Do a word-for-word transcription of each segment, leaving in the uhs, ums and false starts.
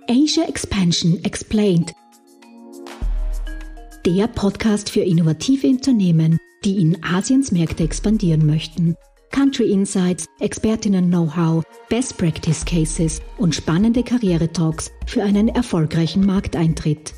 Asia Expansion Explained. Der Podcast für innovative Unternehmen, die in Asiens Märkte expandieren möchten. Country Insights, Expertinnen-Know-how, Best Practice Cases und spannende Karriere-Talks für einen erfolgreichen Markteintritt.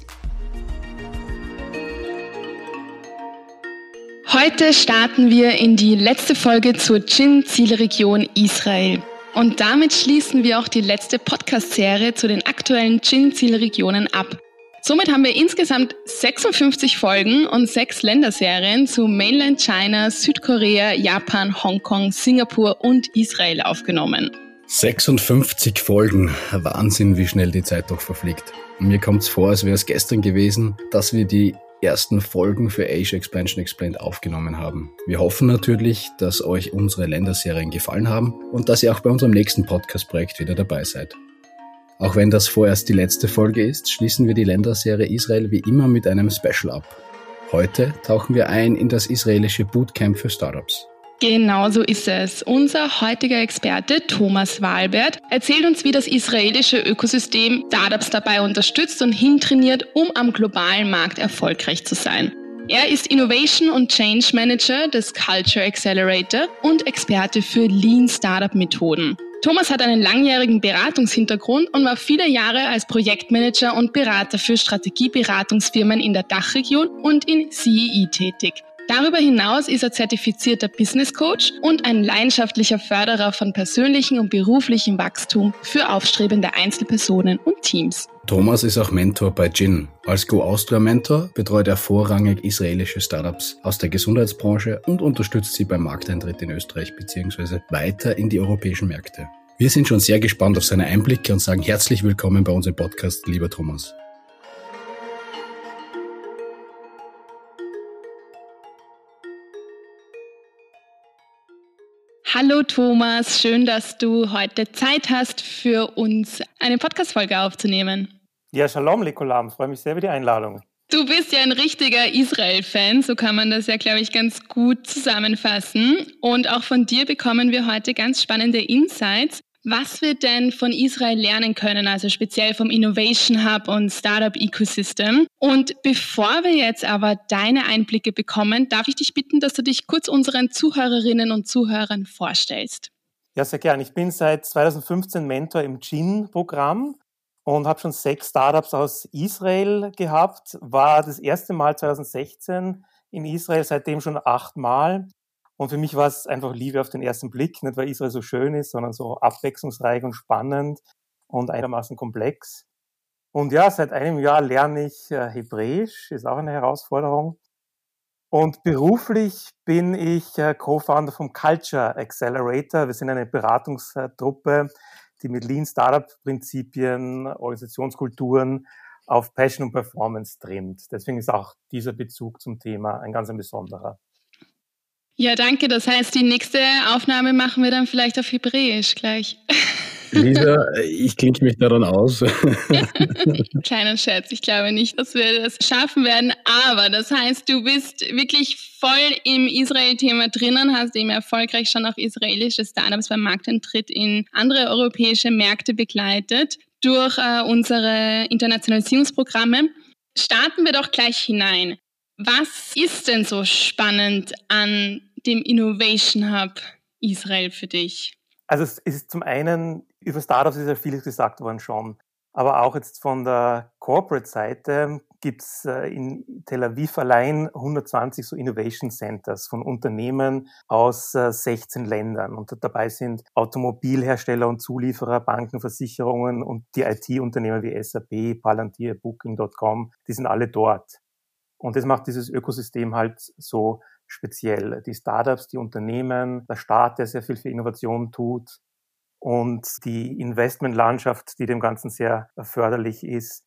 Heute starten wir in die letzte Folge zur Gin-Zielregion Israel. Und damit schließen wir auch die letzte Podcast-Serie zu den aktuellen Gin-Zielregionen ab. Somit haben wir insgesamt sechsundfünfzig Folgen und sechs Länderserien zu Mainland China, Südkorea, Japan, Hongkong, Singapur und Israel aufgenommen. sechsundfünfzig Folgen. Wahnsinn, wie schnell die Zeit doch verfliegt. Mir kommt es vor, als wäre es gestern gewesen, dass wir die ersten Folgen für Asia Expansion Explained aufgenommen haben. Wir hoffen natürlich, dass euch unsere Länderserien gefallen haben und dass ihr auch bei unserem nächsten Podcast-Projekt wieder dabei seid. Auch wenn das vorerst die letzte Folge ist, schließen wir die Länderserie Israel wie immer mit einem Special ab. Heute tauchen wir ein in das israelische Bootcamp für Startups. Genau so ist es. Unser heutiger Experte Thomas Walbert erzählt uns, wie das israelische Ökosystem Startups dabei unterstützt und hintrainiert, um am globalen Markt erfolgreich zu sein. Er ist Innovation und Change Manager des Culture Accelerator und Experte für Lean Startup Methoden. Thomas hat einen langjährigen Beratungshintergrund und war viele Jahre als Projektmanager und Berater für Strategieberatungsfirmen in der Dachregion und in C E I tätig. Darüber hinaus ist er zertifizierter Business Coach und ein leidenschaftlicher Förderer von persönlichem und beruflichem Wachstum für aufstrebende Einzelpersonen und Teams. Thomas ist auch Mentor bei Gin. Als Go Austria Mentor betreut er vorrangig israelische Startups aus der Gesundheitsbranche und unterstützt sie beim Markteintritt in Österreich bzw. weiter in die europäischen Märkte. Wir sind schon sehr gespannt auf seine Einblicke und sagen herzlich willkommen bei unserem Podcast, lieber Thomas. Hallo Thomas, schön, dass du heute Zeit hast, für uns eine Podcast-Folge aufzunehmen. Ja, Shalom, Likolam, freue mich sehr über die Einladung. Du bist ja ein richtiger Israel-Fan, so kann man das ja, glaube ich, ganz gut zusammenfassen. Und auch von dir bekommen wir heute ganz spannende Insights, was wir denn von Israel lernen können, also speziell vom Innovation Hub und Startup Ecosystem. Und bevor wir jetzt aber deine Einblicke bekommen, darf ich dich bitten, dass du dich kurz unseren Zuhörerinnen und Zuhörern vorstellst. Ja, sehr gern. Ich bin seit zweitausendfünfzehn Mentor im Gin-Programm und habe schon sechs Startups aus Israel gehabt, war das erste Mal zweitausendsechzehn in Israel, seitdem schon achtmal. Und für mich war es einfach Liebe auf den ersten Blick, nicht weil Israel so schön ist, sondern so abwechslungsreich und spannend und einigermaßen komplex. Und ja, seit einem Jahr lerne ich äh, Hebräisch, ist auch eine Herausforderung. Und beruflich bin ich äh, Co-Founder vom Culture Accelerator. Wir sind eine Beratungstruppe, die mit Lean Startup-Prinzipien, Organisationskulturen auf Passion und Performance trimmt. Deswegen ist auch dieser Bezug zum Thema ein ganz ein besonderer. Ja, danke. Das heißt, die nächste Aufnahme machen wir dann vielleicht auf Hebräisch gleich. Lisa, ich klinke mich daran aus. Kleiner Scherz, ich glaube nicht, dass wir das schaffen werden. Aber das heißt, du bist wirklich voll im Israel-Thema drinnen, hast eben erfolgreich schon auch israelische Startups beim Markteintritt in andere europäische Märkte begleitet durch äh, unsere Internationalisierungsprogramme. Starten wir doch gleich hinein. Was ist denn so spannend an dem Innovation Hub Israel für dich? Also es ist zum einen, über Startups ist ja vieles gesagt worden schon, aber auch jetzt von der Corporate-Seite gibt es in Tel Aviv allein hundertzwanzig so Innovation Centers von Unternehmen aus sechzehn Ländern. Und dabei sind Automobilhersteller und Zulieferer, Banken, Versicherungen und die I T-Unternehmen wie S A P, Palantir, Booking Punkt com, die sind alle dort. Und das macht dieses Ökosystem halt so speziell. Die Startups, die Unternehmen, der Staat, der sehr viel für Innovation tut und die Investmentlandschaft, die dem Ganzen sehr förderlich ist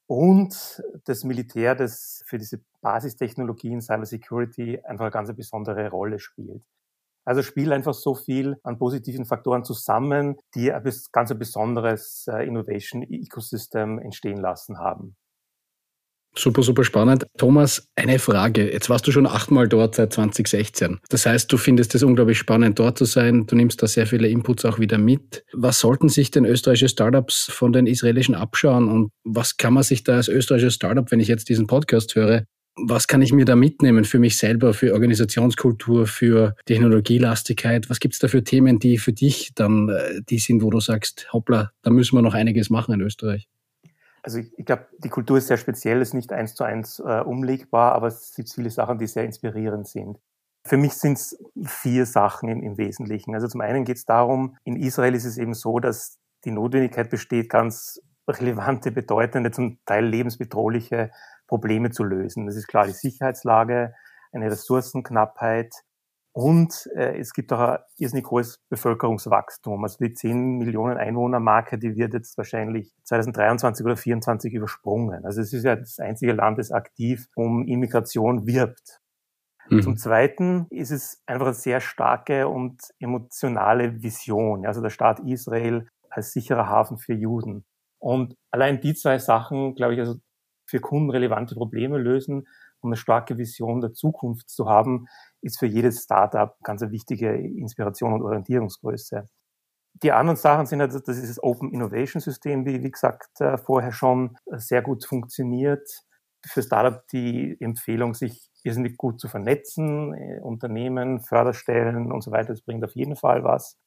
und das Militär, das für diese Basistechnologien, Cybersecurity einfach eine ganz besondere Rolle spielt. Also spielt einfach so viel an positiven Faktoren zusammen, die ein ganz ein besonderes Innovation-Ecosystem entstehen lassen haben. Super, super spannend. Thomas, eine Frage. Jetzt warst du schon achtmal dort seit zwanzig sechzehn. Das heißt, du findest es unglaublich spannend, dort zu sein. Du nimmst da sehr viele Inputs auch wieder mit. Was sollten sich denn österreichische Startups von den israelischen abschauen und was kann man sich da als österreichisches Startup, wenn ich jetzt diesen Podcast höre, was kann ich mir da mitnehmen für mich selber, für Organisationskultur, für Technologielastigkeit? Was gibt es da für Themen, die für dich dann die sind, wo du sagst, hoppla, da müssen wir noch einiges machen in Österreich? Also ich, ich glaube, die Kultur ist sehr speziell, ist nicht eins zu eins äh, umlegbar, aber es gibt viele Sachen, die sehr inspirierend sind. Für mich sind es vier Sachen im, im Wesentlichen. Also zum einen geht es darum, in Israel ist es eben so, dass die Notwendigkeit besteht, ganz relevante, bedeutende, zum Teil lebensbedrohliche Probleme zu lösen. Das ist klar die Sicherheitslage, eine Ressourcenknappheit und äh, es gibt auch ein irrsinnig hohes Bevölkerungswachstum. Also die zehn Millionen Einwohner-Marke, die wird jetzt wahrscheinlich zwanzig dreiundzwanzig oder vierundzwanzig übersprungen. Also es ist ja das einzige Land, das aktiv um Immigration wirbt. Mhm. Zum Zweiten ist es einfach eine sehr starke und emotionale Vision. Also der Staat Israel als sicherer Hafen für Juden. Und allein die zwei Sachen, glaube ich, also für Kunden relevante Probleme lösen und eine starke Vision der Zukunft zu haben, ist für jedes Startup ganz eine wichtige Inspiration und Orientierungsgröße. Die anderen Sachen sind also, das ist das Open Innovation System, wie, wie gesagt, vorher schon sehr gut funktioniert. Für Startup die Empfehlung, sich irrsinnig gut zu vernetzen, Unternehmen, Förderstellen und so weiter, das bringt auf jeden Fall was.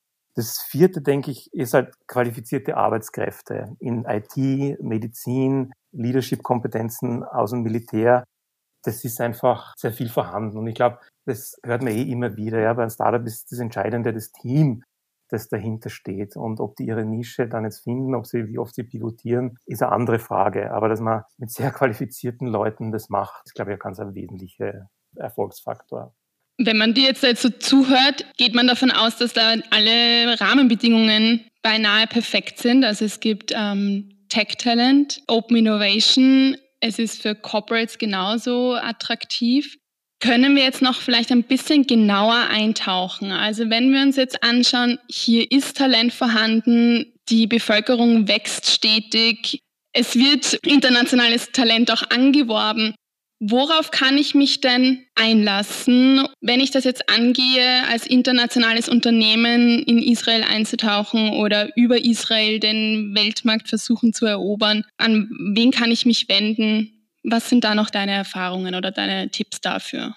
Das vierte, denke ich, ist halt qualifizierte Arbeitskräfte in I T, Medizin, Leadership-Kompetenzen aus dem Militär. Das ist einfach sehr viel vorhanden. Und ich glaube, das hört man eh immer wieder. Ja, bei einem Startup ist das Entscheidende das Team, das dahinter steht. Und ob die ihre Nische dann jetzt finden, ob sie, wie oft sie pivotieren, ist eine andere Frage. Aber dass man mit sehr qualifizierten Leuten das macht, ist, glaube ich, ein ganz ein wesentlicher Erfolgsfaktor. Wenn man dir jetzt so zuhört, geht man davon aus, dass da alle Rahmenbedingungen beinahe perfekt sind. Also es gibt ähm, Tech-Talent, Open Innovation, es ist für Corporates genauso attraktiv. Können wir jetzt noch vielleicht ein bisschen genauer eintauchen? Also wenn wir uns jetzt anschauen, hier ist Talent vorhanden, die Bevölkerung wächst stetig, es wird internationales Talent auch angeworben. Worauf kann ich mich denn einlassen, wenn ich das jetzt angehe, als internationales Unternehmen in Israel einzutauchen oder über Israel den Weltmarkt versuchen zu erobern? An wen kann ich mich wenden? Was sind da noch deine Erfahrungen oder deine Tipps dafür?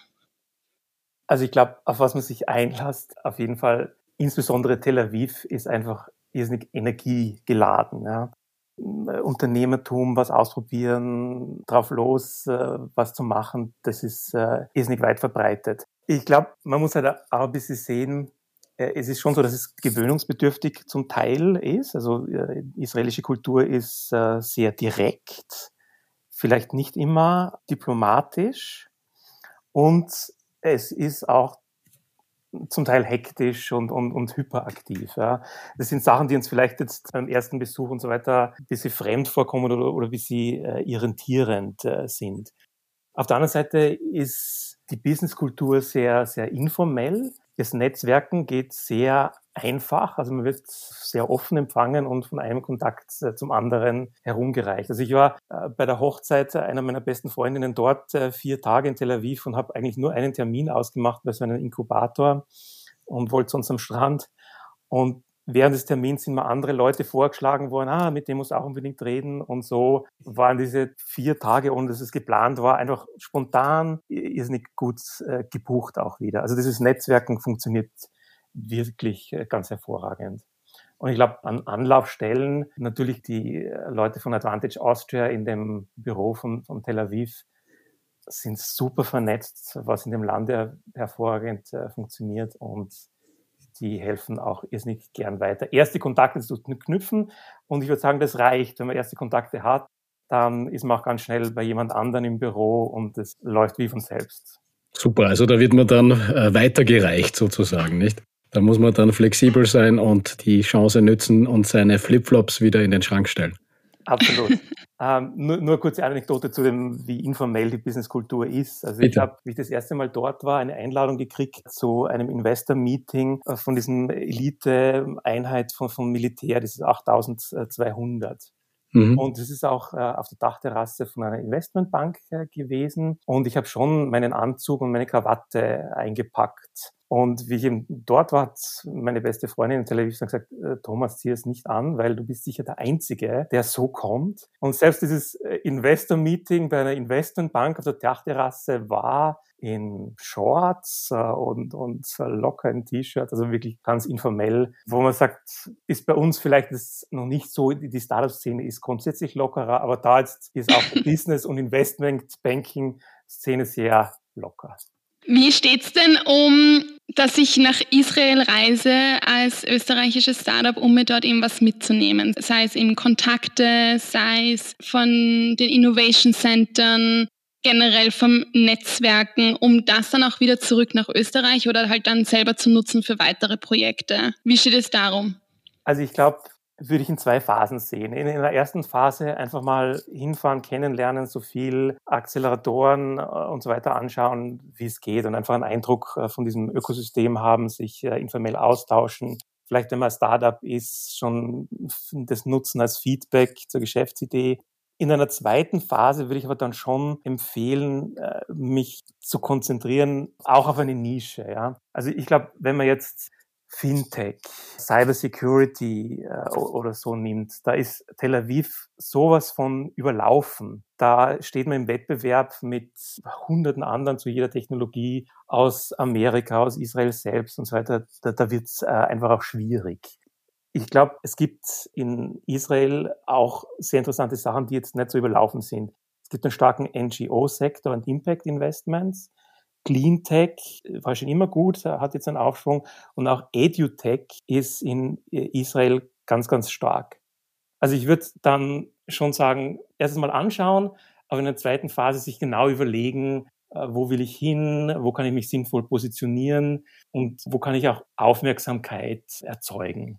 Also ich glaube, auf was man sich einlässt, auf jeden Fall, insbesondere Tel Aviv ist einfach irrsinnig energiegeladen, ja. Unternehmertum, was ausprobieren, drauf los, äh, was zu machen, das ist, äh, ist nicht weit verbreitet. Ich glaube, man muss halt auch ein bisschen sehen, äh, es ist schon so, dass es gewöhnungsbedürftig zum Teil ist. Also äh, israelische Kultur ist äh, sehr direkt, vielleicht nicht immer diplomatisch und es ist auch zum Teil hektisch und, und, und hyperaktiv. Ja. Das sind Sachen, die uns vielleicht jetzt beim ersten Besuch und so weiter ein bisschen fremd vorkommen oder, oder ein bisschen äh, irritierend äh, sind. Auf der anderen Seite ist die Businesskultur sehr, sehr informell. Das Netzwerken geht sehr einfach. Also man wird sehr offen empfangen und von einem Kontakt äh, zum anderen herumgereicht. Also ich war äh, bei der Hochzeit einer meiner besten Freundinnen dort äh, vier Tage in Tel Aviv und habe eigentlich nur einen Termin ausgemacht bei so einem Inkubator und wollte sonst am Strand. Und während des Termins sind mir andere Leute vorgeschlagen worden, ah, mit dem muss auch unbedingt reden. Und so waren diese vier Tage, ohne dass es geplant war, einfach spontan, irrsinnig gut äh, gebucht auch wieder. Also dieses Netzwerken funktioniert wirklich äh, ganz hervorragend. Und ich glaube, an Anlaufstellen, natürlich die Leute von Advantage Austria in dem Büro von, von Tel Aviv sind super vernetzt, was in dem Lande hervorragend äh, funktioniert und die helfen auch irrsinnig gern weiter. Erste Kontakte zu knüpfen und ich würde sagen, das reicht. Wenn man erste Kontakte hat, dann ist man auch ganz schnell bei jemand anderem im Büro und es läuft wie von selbst. Super, also da wird man dann äh, weitergereicht sozusagen, nicht? Da muss man dann flexibel sein und die Chance nützen und seine Flipflops wieder in den Schrank stellen. Absolut. ähm, nur, nur kurze Anekdote zu dem, wie informell die Businesskultur ist. Also Bitte. Ich habe, wie ich das erste Mal dort war, eine Einladung gekriegt zu einem Investor-Meeting von diesem Elite-Einheit von, vom Militär, das ist achttausendzweihundert. Mhm. Und das ist auch äh, auf der Dachterrasse von einer Investmentbank äh, gewesen. Und ich habe schon meinen Anzug und meine Krawatte eingepackt. Und wie ich eben dort war, hat meine beste Freundin in Tel Aviv gesagt, Thomas, zieh es nicht an, weil du bist sicher der Einzige, der so kommt. Und selbst dieses Investor-Meeting bei einer Investmentbank auf der Dachterrasse war in Shorts äh, und, und locker ein T-Shirt, also wirklich ganz informell, wo man sagt, ist bei uns vielleicht das noch nicht so, die Startup-Szene ist grundsätzlich lockerer, aber da jetzt ist auch die Business- und Investment-Banking-Szene sehr locker. Wie steht's denn um, dass ich nach Israel reise als österreichisches Startup, um mir dort eben was mitzunehmen? Sei es eben Kontakte, sei es von den Innovation Centern, generell vom Netzwerken, um das dann auch wieder zurück nach Österreich oder halt dann selber zu nutzen für weitere Projekte. Wie steht es darum? Also ich glaube, würde ich in zwei Phasen sehen. In der ersten Phase einfach mal hinfahren, kennenlernen, so viel Acceleratoren und so weiter anschauen, wie es geht und einfach einen Eindruck von diesem Ökosystem haben, sich informell austauschen. Vielleicht, wenn man ein Startup ist, schon das nutzen als Feedback zur Geschäftsidee. In einer zweiten Phase würde ich aber dann schon empfehlen, mich zu konzentrieren, auch auf eine Nische. Ja? Also ich glaube, wenn man jetzt Fintech, Cybersecurity äh, oder so nimmt, da ist Tel Aviv sowas von überlaufen. Da steht man im Wettbewerb mit hunderten anderen zu jeder Technologie aus Amerika, aus Israel selbst und so weiter. Da, da wird es äh, einfach auch schwierig. Ich glaube, es gibt in Israel auch sehr interessante Sachen, die jetzt nicht so überlaufen sind. Es gibt einen starken N G O-Sektor und Impact Investments. Cleantech war schon immer gut, hat jetzt einen Aufschwung. Und auch EduTech ist in Israel ganz, ganz stark. Also ich würde dann schon sagen, erstens mal anschauen, aber in der zweiten Phase sich genau überlegen, wo will ich hin, wo kann ich mich sinnvoll positionieren und wo kann ich auch Aufmerksamkeit erzeugen.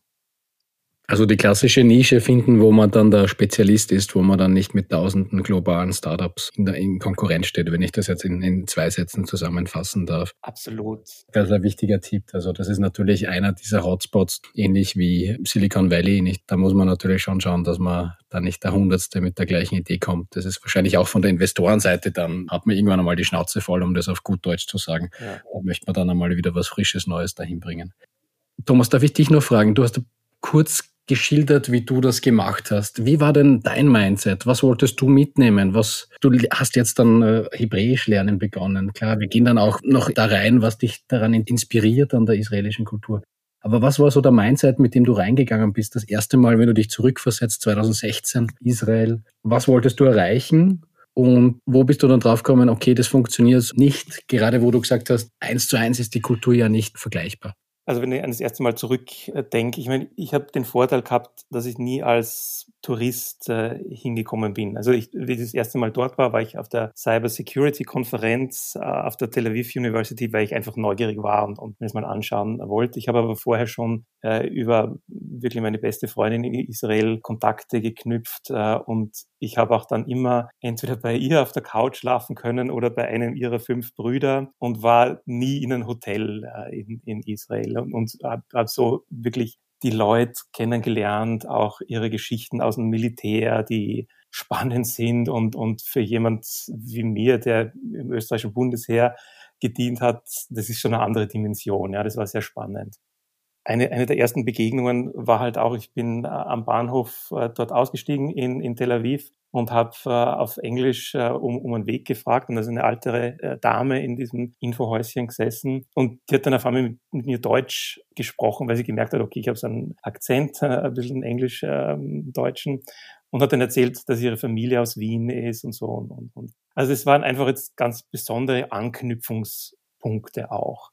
Also die klassische Nische finden, wo man dann der Spezialist ist, wo man dann nicht mit tausenden globalen Startups in, der, in Konkurrenz steht, wenn ich das jetzt in, in zwei Sätzen zusammenfassen darf. Absolut. Das ist ein wichtiger Tipp. Also das ist natürlich einer dieser Hotspots, ähnlich wie Silicon Valley. Nicht? Da muss man natürlich schon schauen, dass man da nicht der Hundertste mit der gleichen Idee kommt. Das ist wahrscheinlich auch von der Investorenseite, dann hat man irgendwann einmal die Schnauze voll, um das auf gut Deutsch zu sagen. Ja. Da möchte man dann einmal wieder was Frisches, Neues dahin bringen. Thomas, darf ich dich noch fragen? Du hast kurz geschildert, wie du das gemacht hast. Wie war denn dein Mindset? Was wolltest du mitnehmen? Was, du hast jetzt dann äh, Hebräisch lernen begonnen. Klar, wir gehen dann auch noch da rein, was dich daran inspiriert an der israelischen Kultur. Aber was war so der Mindset, mit dem du reingegangen bist? Das erste Mal, wenn du dich zurückversetzt, zwanzig sechzehn, Israel. Was wolltest du erreichen? Und wo bist du dann draufgekommen, okay, das funktioniert nicht, gerade wo du gesagt hast, eins zu eins ist die Kultur ja nicht vergleichbar. Also wenn ich an das erste Mal zurückdenke, ich meine, ich habe den Vorteil gehabt, dass ich nie als Tourist äh, hingekommen bin. Also ich, wie ich das erste Mal dort war, war ich auf der Cybersecurity-Konferenz äh, auf der Tel Aviv University, weil ich einfach neugierig war und, und mir das mal anschauen wollte. Ich habe aber vorher schon äh, über wirklich meine beste Freundin in Israel Kontakte geknüpft äh, und ich habe auch dann immer entweder bei ihr auf der Couch schlafen können oder bei einem ihrer fünf Brüder und war nie in einem Hotel äh, in, in Israel und, und habe hab so wirklich die Leute kennengelernt, auch ihre Geschichten aus dem Militär, die spannend sind und, und für jemand wie mir, der im österreichischen Bundesheer gedient hat, das ist schon eine andere Dimension. Ja, das war sehr spannend. Eine, eine der ersten Begegnungen war halt auch, ich bin äh, am Bahnhof äh, dort ausgestiegen in, in Tel Aviv und habe äh, auf Englisch äh, um, um einen Weg gefragt und da ist eine ältere äh, Dame in diesem Infohäuschen gesessen und die hat dann auf einmal mit, mit mir Deutsch gesprochen, weil sie gemerkt hat, okay, ich habe so einen Akzent, äh, ein bisschen Englisch-Deutschen äh, und hat dann erzählt, dass ihre Familie aus Wien ist und so. Und, und, und. Also es waren einfach jetzt ganz besondere Anknüpfungspunkte auch.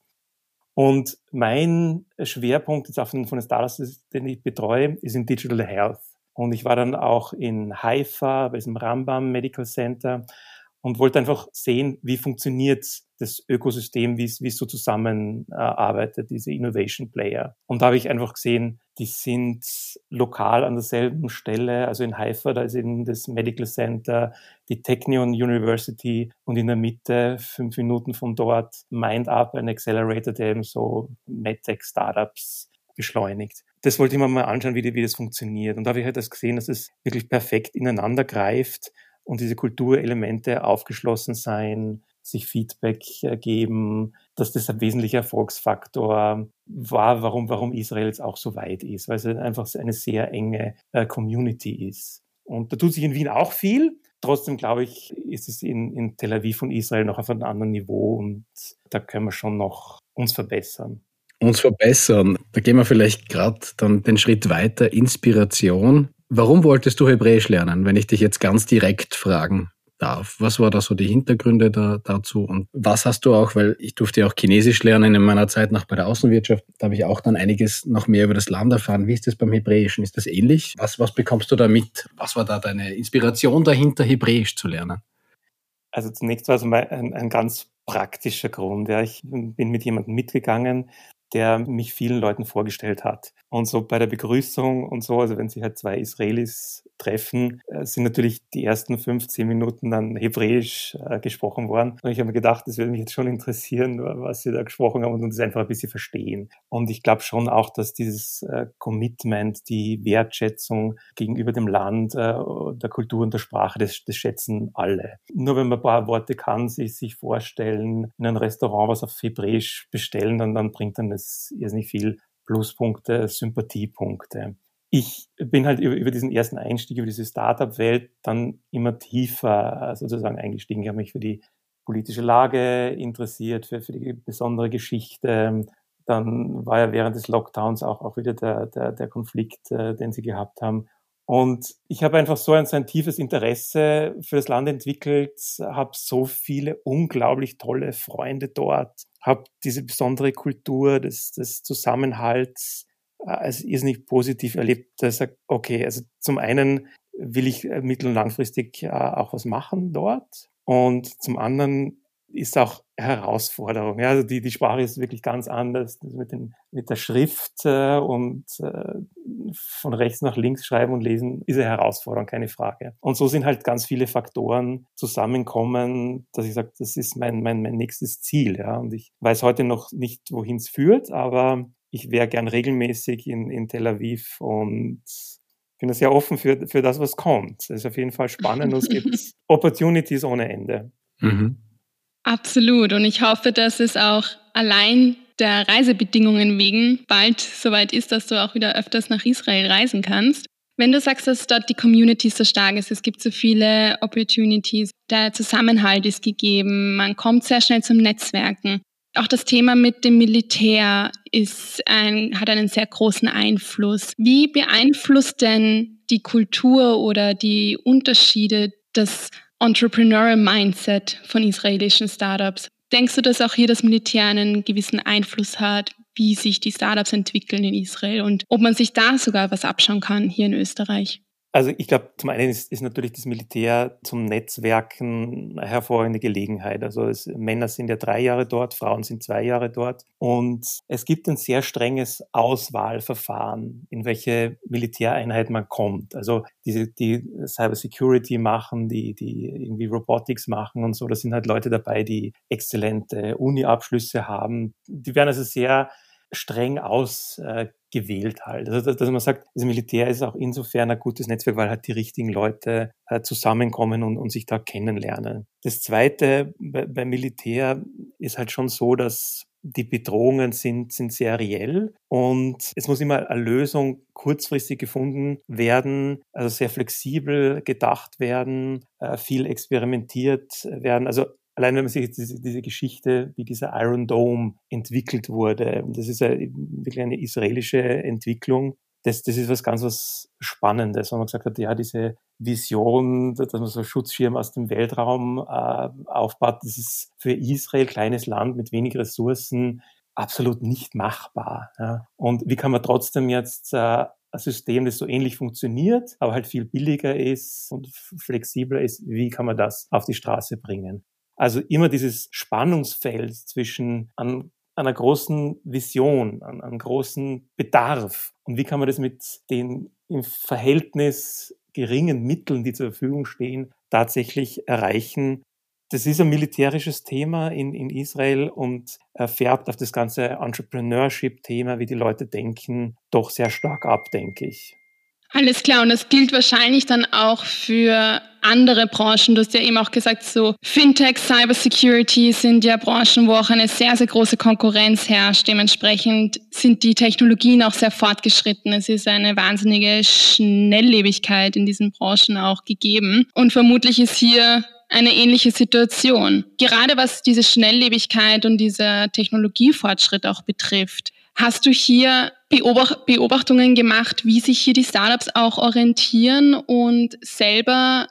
Und mein Schwerpunkt jetzt auf den, von den Startups, den ich betreue, ist in Digital Health. Und ich war dann auch in Haifa, bei diesem Rambam Medical Center und wollte einfach sehen, wie funktioniert das Ökosystem, wie es, wie es so zusammenarbeitet, diese Innovation Player. Und da habe ich einfach gesehen, die sind lokal an derselben Stelle. Also in Haifa, da ist eben das Medical Center, die Technion University und in der Mitte, fünf Minuten von dort, MindUp, ein Accelerator, der eben so MedTech-Startups beschleunigt. das wollte ich mir mal anschauen, wie, die, wie das funktioniert. Und da habe ich halt das gesehen, dass es wirklich perfekt ineinander greift und diese Kulturelemente aufgeschlossen sein, sich Feedback geben, dass das ein wesentlicher Erfolgsfaktor war, warum, warum Israel jetzt auch so weit ist, weil es einfach eine sehr enge äh, Community ist. Und da tut sich in Wien auch viel. Trotzdem, glaube ich, ist es in, in Tel Aviv und Israel noch auf einem anderen Niveau und da können wir schon noch uns verbessern. Uns verbessern. Da gehen wir vielleicht gerade dann den Schritt weiter. Inspiration. Warum wolltest du Hebräisch lernen, wenn ich dich jetzt ganz direkt fragen darf? Was war da so die Hintergründe da, dazu? Und was hast du auch, weil ich durfte ja auch Chinesisch lernen in meiner Zeit noch bei der Außenwirtschaft, da habe ich auch dann einiges noch mehr über das Land erfahren. Wie ist das beim Hebräischen? Ist das ähnlich? Was, was bekommst du da mit? Was war da deine Inspiration dahinter, Hebräisch zu lernen? Also zunächst war es mal ein, ein ganz praktischer Grund. Ja. Ich bin mit jemandem mitgegangen, der mich vielen Leuten vorgestellt hat. Und so bei der Begrüßung und so, also wenn sich halt zwei Israelis treffen, sind natürlich die ersten fünfzehn Minuten dann Hebräisch äh, gesprochen worden. Und ich habe mir gedacht, das würde mich jetzt schon interessieren, was sie da gesprochen haben und das einfach ein bisschen verstehen. Und ich glaube schon auch, dass dieses äh, Commitment, die Wertschätzung gegenüber dem Land, äh, der Kultur und der Sprache, das, das schätzen alle. Nur wenn man ein paar Worte kann, sich, sich vorstellen, in einem Restaurant was auf Hebräisch bestellen, dann, dann bringt dann das irrsinnig viel Pluspunkte, Sympathiepunkte. Ich bin halt über, über diesen ersten Einstieg, über diese Startup-Welt dann immer tiefer sozusagen eingestiegen. Ich habe mich für die politische Lage interessiert, für, für die besondere Geschichte. Dann war ja während des Lockdowns auch, auch wieder der, der, der Konflikt, äh, den sie gehabt haben. Und ich habe einfach so ein, so ein tiefes Interesse für das Land entwickelt, habe so viele unglaublich tolle Freunde dort, habe diese besondere Kultur des, des Zusammenhalts als irrsinnig positiv erlebt, dass ich sage, okay, also zum einen will ich mittel- und langfristig auch was machen dort und zum anderen ist auch Herausforderung. Ja, also die, die Sprache ist wirklich ganz anders mit, den, mit der Schrift äh, und äh, von rechts nach links schreiben und lesen ist eine Herausforderung, keine Frage. Und so sind halt ganz viele Faktoren zusammenkommen, dass ich sage, das ist mein, mein, mein nächstes Ziel. Ja, und ich weiß heute noch nicht, wohin es führt, aber ich wäre gern regelmäßig in, in Tel Aviv und bin da sehr offen für, für das, was kommt. Es ist auf jeden Fall spannend und es gibt Opportunities ohne Ende. Mhm. Absolut. Und ich hoffe, dass es auch allein der Reisebedingungen wegen bald soweit ist, dass du auch wieder öfters nach Israel reisen kannst. Wenn du sagst, dass dort die Community so stark ist, es gibt so viele Opportunities, der Zusammenhalt ist gegeben, man kommt sehr schnell zum Netzwerken. Auch das Thema mit dem Militär ist ein, hat einen sehr großen Einfluss. Wie beeinflusst denn die Kultur oder die Unterschiede das Entrepreneurial Mindset von israelischen Startups? Denkst du, dass auch hier das Militär einen gewissen Einfluss hat, wie sich die Startups entwickeln in Israel und ob man sich da sogar was abschauen kann hier in Österreich? Also ich glaube, zum einen ist, ist natürlich das Militär zum Netzwerken eine hervorragende Gelegenheit. Also es, Männer sind ja drei Jahre dort, Frauen sind zwei Jahre dort. Und es gibt ein sehr strenges Auswahlverfahren, in welche Militäreinheit man kommt. Also diese, die Cyber Security machen, die, die irgendwie Robotics machen und so, da sind halt Leute dabei, die exzellente Uni-Abschlüsse haben. Die werden also sehr streng ausgewählt halt. Also, dass man sagt, das Militär ist auch insofern ein gutes Netzwerk, weil halt die richtigen Leute äh, zusammenkommen und, und sich da kennenlernen. Das Zweite bei, beim Militär ist halt schon so, dass die Bedrohungen sind, sind sehr reell und es muss immer eine Lösung kurzfristig gefunden werden, also sehr flexibel gedacht werden, äh, viel experimentiert werden. Also allein wenn man sich diese, diese Geschichte, wie dieser Iron Dome entwickelt wurde, das ist ja wirklich eine israelische Entwicklung, das, das ist was ganz was Spannendes, weil man gesagt hat, ja, diese Vision, dass man so Schutzschirm aus dem Weltraum äh, aufbaut, das ist für Israel, kleines Land mit wenig Ressourcen, absolut nicht machbar. Ja. Und wie kann man trotzdem jetzt äh, ein System, das so ähnlich funktioniert, aber halt viel billiger ist und flexibler ist, wie kann man das auf die Straße bringen? Also immer dieses Spannungsfeld zwischen an, einer großen Vision, an einem großen Bedarf und wie kann man das mit den im Verhältnis geringen Mitteln, die zur Verfügung stehen, tatsächlich erreichen. Das ist ein militärisches Thema in, in Israel und äh, färbt auf das ganze Entrepreneurship-Thema, wie die Leute denken, doch sehr stark ab, denke ich. Alles klar, und das gilt wahrscheinlich dann auch für andere Branchen. Du hast ja eben auch gesagt, so Fintech, Cybersecurity sind ja Branchen, wo auch eine sehr, sehr große Konkurrenz herrscht. Dementsprechend sind die Technologien auch sehr fortgeschritten. Es ist eine wahnsinnige Schnelllebigkeit in diesen Branchen auch gegeben. Und vermutlich ist hier eine ähnliche Situation. Gerade was diese Schnelllebigkeit und dieser Technologiefortschritt auch betrifft. Hast du hier Beobachtungen gemacht, wie sich hier die Startups auch orientieren und selber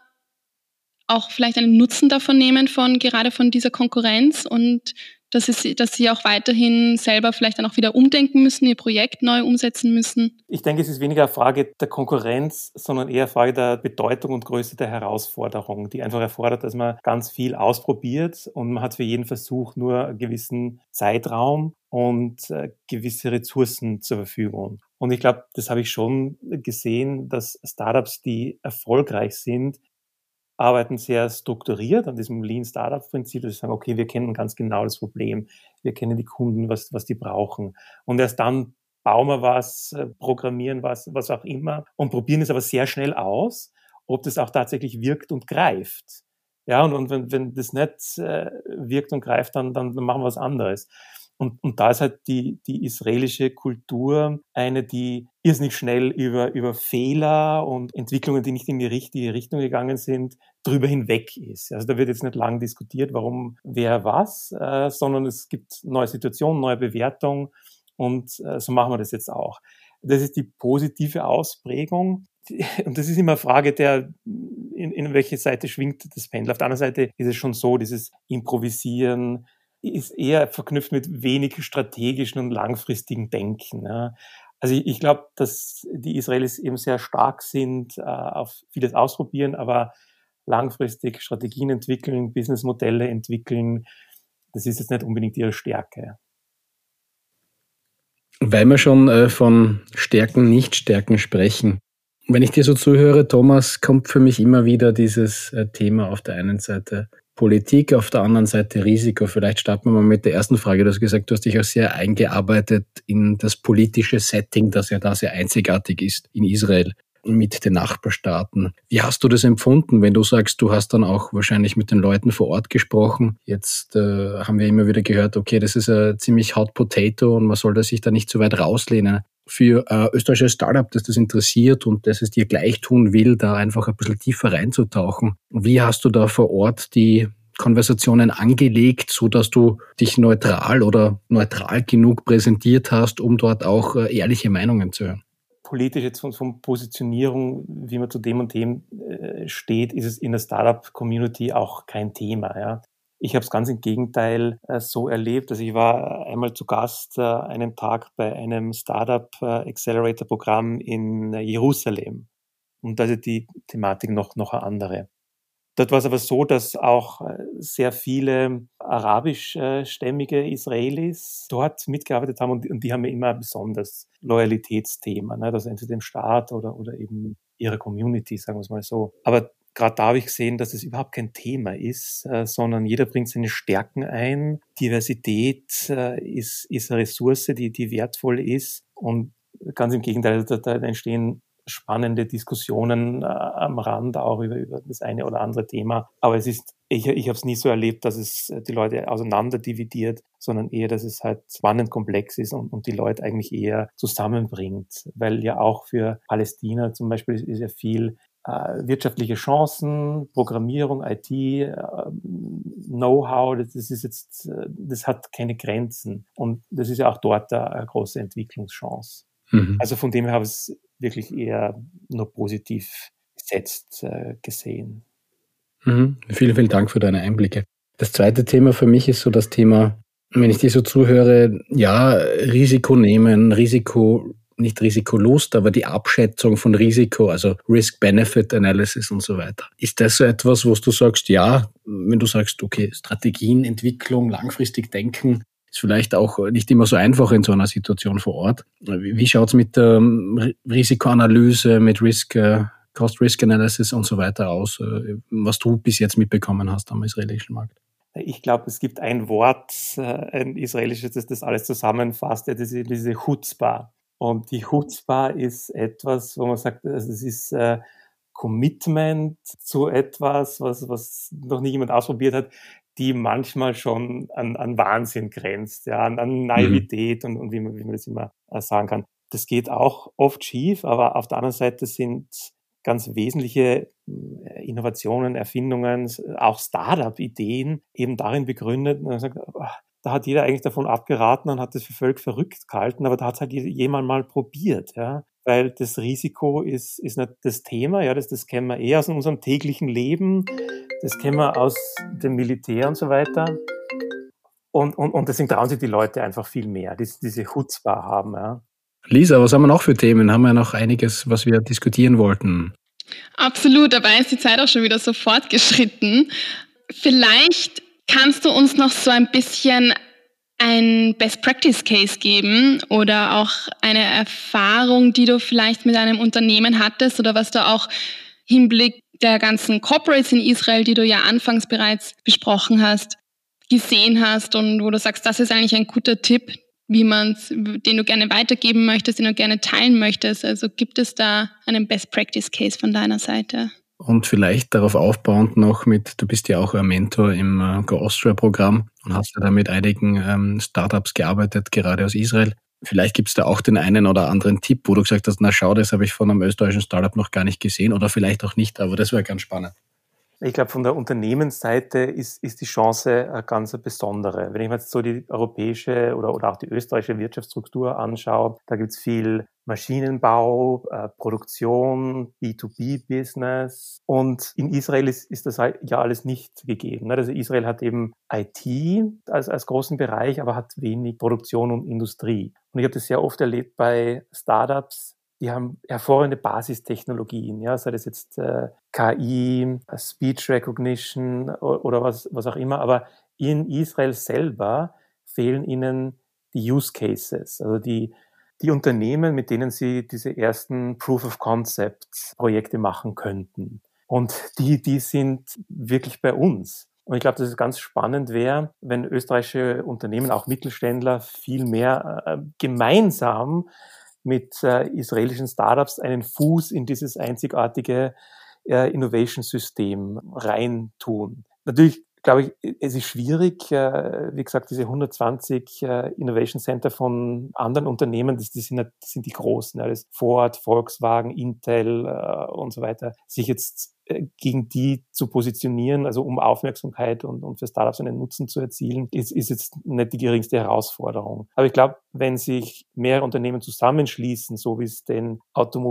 auch vielleicht einen Nutzen davon nehmen, von gerade von dieser Konkurrenz und dass, es, dass sie auch weiterhin selber vielleicht dann auch wieder umdenken müssen, ihr Projekt neu umsetzen müssen? Ich denke, es ist weniger eine Frage der Konkurrenz, sondern eher eine Frage der Bedeutung und Größe der Herausforderung, die einfach erfordert, dass man ganz viel ausprobiert und man hat für jeden Versuch nur einen gewissen Zeitraum und äh, gewisse Ressourcen zur Verfügung. Und ich glaube, das habe ich schon gesehen, dass Startups, die erfolgreich sind, arbeiten sehr strukturiert an diesem Lean-Startup-Prinzip, dass sie sagen, okay, wir kennen ganz genau das Problem, wir kennen die Kunden, was, was die brauchen. Und erst dann bauen wir was, programmieren was, was auch immer und probieren es aber sehr schnell aus, ob das auch tatsächlich wirkt und greift. Ja, und, und wenn, wenn das nicht äh, wirkt und greift, dann, dann machen wir was anderes. Und, und da ist halt die, die israelische Kultur eine, die irrsinnig schnell über, über Fehler und Entwicklungen, die nicht in die richtige Richtung gegangen sind, drüber hinweg ist. Also da wird jetzt nicht lang diskutiert, warum, wer was, äh, sondern es gibt neue Situationen, neue Bewertungen und äh, so machen wir das jetzt auch. Das ist die positive Ausprägung. Und das ist immer eine Frage der, in, in welche Seite schwingt das Pendel. Auf der anderen Seite ist es schon so, dieses Improvisieren, ist eher verknüpft mit wenig strategischen und langfristigen Denken. Ja. Also ich, ich glaube, dass die Israelis eben sehr stark sind, äh, auf vieles ausprobieren, aber langfristig Strategien entwickeln, Businessmodelle entwickeln, das ist jetzt nicht unbedingt ihre Stärke. Weil wir schon äh, von Stärken, Nicht-Stärken sprechen. Wenn ich dir so zuhöre, Thomas, kommt für mich immer wieder dieses äh, Thema auf der einen Seite Politik, auf der anderen Seite Risiko. Vielleicht starten wir mal mit der ersten Frage. Du hast gesagt, du hast dich auch sehr eingearbeitet in das politische Setting, das ja da sehr einzigartig ist in Israel mit den Nachbarstaaten. Wie hast du das empfunden, wenn du sagst, du hast dann auch wahrscheinlich mit den Leuten vor Ort gesprochen? Jetzt äh, haben wir immer wieder gehört, okay, das ist ein ziemlich hot potato und man sollte sich da nicht zu weit rauslehnen. Für äh, österreichisches Startup, das das interessiert und das es dir gleich tun will, da einfach ein bisschen tiefer reinzutauchen. Wie hast du da vor Ort die Konversationen angelegt, so dass du dich neutral oder neutral genug präsentiert hast, um dort auch äh, ehrliche Meinungen zu hören? Politisch jetzt von, von Positionierung, wie man zu dem und dem äh, steht, ist es in der Startup-Community auch kein Thema. Ja. Ich habe es ganz im Gegenteil äh, so erlebt. Also ich war einmal zu Gast äh, einen Tag bei einem Startup-Accelerator-Programm in äh, Jerusalem. Und da ist die Thematik noch, noch eine andere. Dort war es aber so, dass auch äh, sehr viele arabischstämmige Israelis dort mitgearbeitet haben und, und die haben ja immer ein besonderes Loyalitätsthema, ne? Das entweder dem Staat oder, oder eben ihrer Community, sagen wir es mal so. Aber gerade da habe ich gesehen, dass es überhaupt kein Thema ist, äh, sondern jeder bringt seine Stärken ein. Diversität äh, ist, ist eine Ressource, die, die wertvoll ist. Und ganz im Gegenteil, da, da entstehen spannende Diskussionen äh, am Rand auch über, über das eine oder andere Thema. Aber es ist, ich, ich habe es nie so erlebt, dass es die Leute auseinander dividiert, sondern eher, dass es halt spannend komplex ist und, und die Leute eigentlich eher zusammenbringt. Weil ja auch für Palästina zum Beispiel ist, ist ja viel äh, wirtschaftliche Chancen, Programmierung, I T, äh, Know-how, das, das ist jetzt, das hat keine Grenzen. Und das ist ja auch dort eine, eine große Entwicklungschance. Mhm. Also von dem her habe ich es wirklich eher nur positiv gesetzt äh, gesehen. Mhm. Vielen, vielen Dank für deine Einblicke. Das zweite Thema für mich ist so das Thema, wenn ich dir so zuhöre, ja, Risiko nehmen, Risiko, nicht Risikolust, aber die Abschätzung von Risiko, also Risk-Benefit-Analysis und so weiter. Ist das so etwas, wo du sagst, ja, wenn du sagst, okay, Strategienentwicklung, langfristig denken, ist vielleicht auch nicht immer so einfach in so einer Situation vor Ort. Wie schaut's mit der Risikoanalyse, mit Risk Cost-Risk-Analysis und so weiter aus, was du bis jetzt mitbekommen hast am israelischen Markt? Ich glaube, es gibt ein Wort, ein israelisches, das das alles zusammenfasst, das ist diese Chutzpah. Und die Chutzpah ist etwas, wo man sagt, also es ist äh, Commitment zu etwas, was, was noch nie jemand ausprobiert hat, die manchmal schon an, an Wahnsinn grenzt, ja, an, an Naivität mhm. und, und wie man, wie man das immer äh, sagen kann. Das geht auch oft schief, aber auf der anderen Seite sind ganz wesentliche Innovationen, Erfindungen, auch Startup-Ideen eben darin begründet, man sagt, oh, da hat jeder eigentlich davon abgeraten und hat das für völlig verrückt gehalten, aber da hat es halt jemand mal probiert, ja, weil das Risiko ist, ist nicht das Thema, ja, das, das kennen wir eh aus unserem täglichen Leben, das kennen wir aus dem Militär und so weiter. Und, und, und deswegen trauen sich die Leute einfach viel mehr, die diese Chutzpah haben, ja. Lisa, was haben wir noch für Themen? Haben wir noch einiges, was wir diskutieren wollten? Absolut, dabei ist die Zeit auch schon wieder so fortgeschritten. Vielleicht kannst du uns noch so ein bisschen ein Best-Practice-Case geben oder auch eine Erfahrung, die du vielleicht mit einem Unternehmen hattest oder was du auch im Hinblick der ganzen Corporates in Israel, die du ja anfangs bereits besprochen hast, gesehen hast und wo du sagst, das ist eigentlich ein guter Tipp, wie man's, den du gerne weitergeben möchtest, den du gerne teilen möchtest. Also gibt es da einen Best-Practice-Case von deiner Seite? Und vielleicht darauf aufbauend noch mit, du bist ja auch ein Mentor im äh, Go Austria-Programm und hast ja da mit einigen ähm, Startups gearbeitet, gerade aus Israel. Vielleicht gibt es da auch den einen oder anderen Tipp, wo du gesagt hast, na schau, das habe ich von einem österreichischen Startup noch gar nicht gesehen oder vielleicht auch nicht, aber das wäre ganz spannend. Ich glaube, von der Unternehmensseite ist, ist die Chance eine ganz besondere. Wenn ich mir jetzt so die europäische oder, oder auch die österreichische Wirtschaftsstruktur anschaue, da gibt es viel Maschinenbau, äh, Produktion, B zwei B-Business. Und in Israel ist, ist das ja alles nicht gegeben. Also Israel hat eben I T als, als großen Bereich, aber hat wenig Produktion und Industrie. Und ich habe das sehr oft erlebt bei Startups, die haben hervorragende Basistechnologien, ja, sei das jetzt äh, K I, Speech Recognition oder was, was auch immer, aber in Israel selber fehlen ihnen die Use Cases, also die, die Unternehmen, mit denen sie diese ersten Proof of Concept Projekte machen könnten. Und die, die sind wirklich bei uns. Und ich glaube, dass es ganz spannend wäre, wenn österreichische Unternehmen, auch Mittelständler, viel mehr äh, gemeinsam mit äh, israelischen Startups einen Fuß in dieses einzigartige äh, Innovation-System reintun. Natürlich, glaube ich, es ist schwierig, äh, wie gesagt, diese hundertzwanzig äh, Innovation Center von anderen Unternehmen, das, das, sind, das sind die großen, ja, das Ford, Volkswagen, Intel äh, und so weiter, sich jetzt äh, gegen die zu positionieren, also um Aufmerksamkeit und, und für Startups einen Nutzen zu erzielen, ist, ist jetzt nicht die geringste Herausforderung. Aber ich glaube, wenn sich mehrere Unternehmen zusammenschließen, so wie es den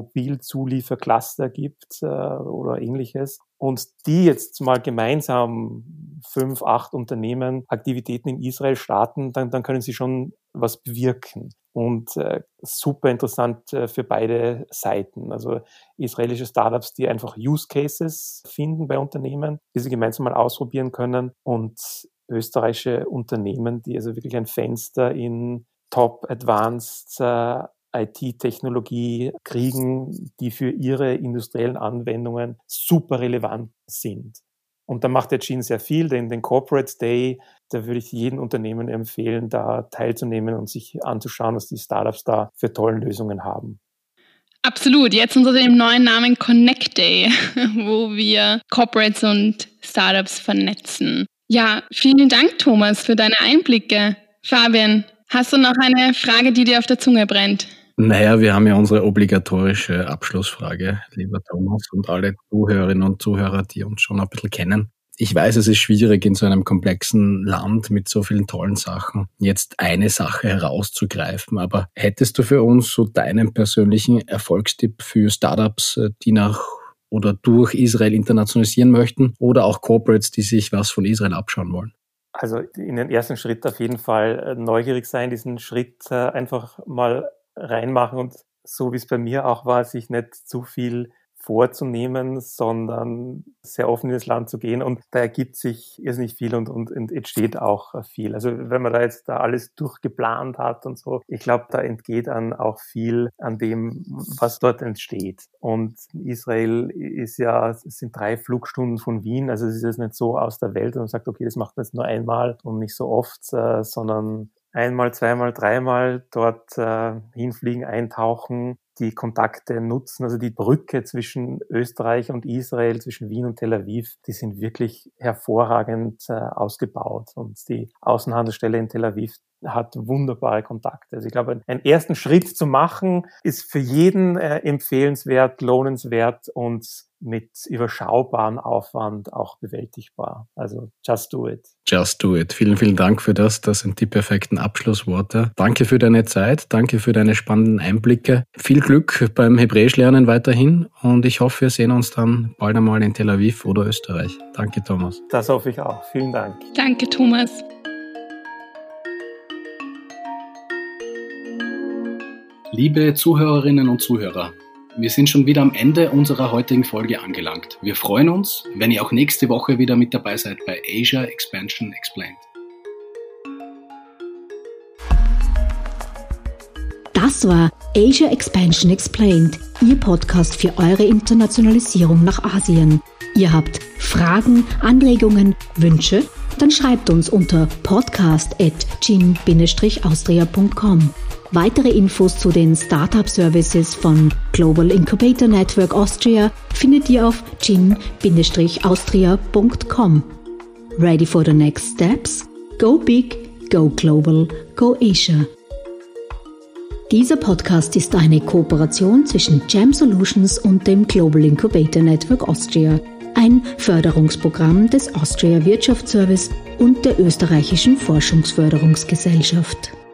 Automobilzuliefercluster gibt äh, oder ähnliches, und die jetzt mal gemeinsam fünf, acht Unternehmen Aktivitäten in Israel starten, dann, dann können sie schon was bewirken. Und äh, super interessant äh, für beide Seiten. Also israelische Startups, die einfach Use Cases finden bei Unternehmen, die sie gemeinsam mal ausprobieren können, und österreichische Unternehmen, die also wirklich ein Fenster in Top Advanced äh, I T-Technologie kriegen, die für ihre industriellen Anwendungen super relevant sind. Und da macht der Gene sehr viel, denn den Corporate Day, da würde ich jedem Unternehmen empfehlen, da teilzunehmen und sich anzuschauen, was die Startups da für tolle Lösungen haben. Absolut, jetzt unter dem neuen Namen Connect Day, wo wir Corporates und Startups vernetzen. Ja, vielen Dank, Thomas, für deine Einblicke. Fabian, hast du noch eine Frage, die dir auf der Zunge brennt? Naja, wir haben ja unsere obligatorische Abschlussfrage, lieber Thomas, und alle Zuhörerinnen und Zuhörer, die uns schon ein bisschen kennen. Ich weiß, es ist schwierig, in so einem komplexen Land mit so vielen tollen Sachen jetzt eine Sache herauszugreifen. Aber hättest du für uns so deinen persönlichen Erfolgstipp für Startups, die nach oder durch Israel internationalisieren möchten, oder auch Corporates, die sich was von Israel abschauen wollen? Also in den ersten Schritt auf jeden Fall neugierig sein, diesen Schritt einfach mal reinmachen und so wie es bei mir auch war, sich nicht zu viel vorzunehmen, sondern sehr offen in das Land zu gehen. Und da ergibt sich irrsinnig viel und, und, und entsteht auch viel. Also wenn man da jetzt da alles durchgeplant hat und so, ich glaube, da entgeht dann auch viel an dem, was dort entsteht. Und Israel ist ja, es sind drei Flugstunden von Wien, also es ist jetzt nicht so aus der Welt und man sagt, okay, das macht man jetzt nur einmal und nicht so oft, äh, sondern einmal, zweimal, dreimal dort äh, hinfliegen, eintauchen, die Kontakte nutzen, also die Brücke zwischen Österreich und Israel, zwischen Wien und Tel Aviv, die sind wirklich hervorragend äh, ausgebaut. Und die Außenhandelsstelle in Tel Aviv hat wunderbare Kontakte. Also ich glaube, einen ersten Schritt zu machen, ist für jeden äh, empfehlenswert, lohnenswert und mit überschaubarem Aufwand auch bewältigbar. Also just do it. Just do it. Vielen, vielen Dank für das. Das sind die perfekten Abschlussworte. Danke für deine Zeit. Danke für deine spannenden Einblicke. Viel Glück beim Hebräischlernen weiterhin und ich hoffe, wir sehen uns dann bald einmal in Tel Aviv oder Österreich. Danke, Thomas. Das hoffe ich auch. Vielen Dank. Danke, Thomas. Liebe Zuhörerinnen und Zuhörer, wir sind schon wieder am Ende unserer heutigen Folge angelangt. Wir freuen uns, wenn ihr auch nächste Woche wieder mit dabei seid bei Asia Expansion Explained. Das war Asia Expansion Explained, Ihr Podcast für eure Internationalisierung nach Asien. Ihr habt Fragen, Anregungen, Wünsche? Dann schreibt uns unter podcast at gin dash austria punkt com. Weitere Infos zu den Startup-Services von Global Incubator Network Austria findet ihr auf gin dash austria punkt com. Ready for the next steps? Go big, go global, go Asia. Dieser Podcast ist eine Kooperation zwischen Jam Solutions und dem Global Incubator Network Austria, ein Förderungsprogramm des Austria Wirtschaftsservice und der österreichischen Forschungsförderungsgesellschaft.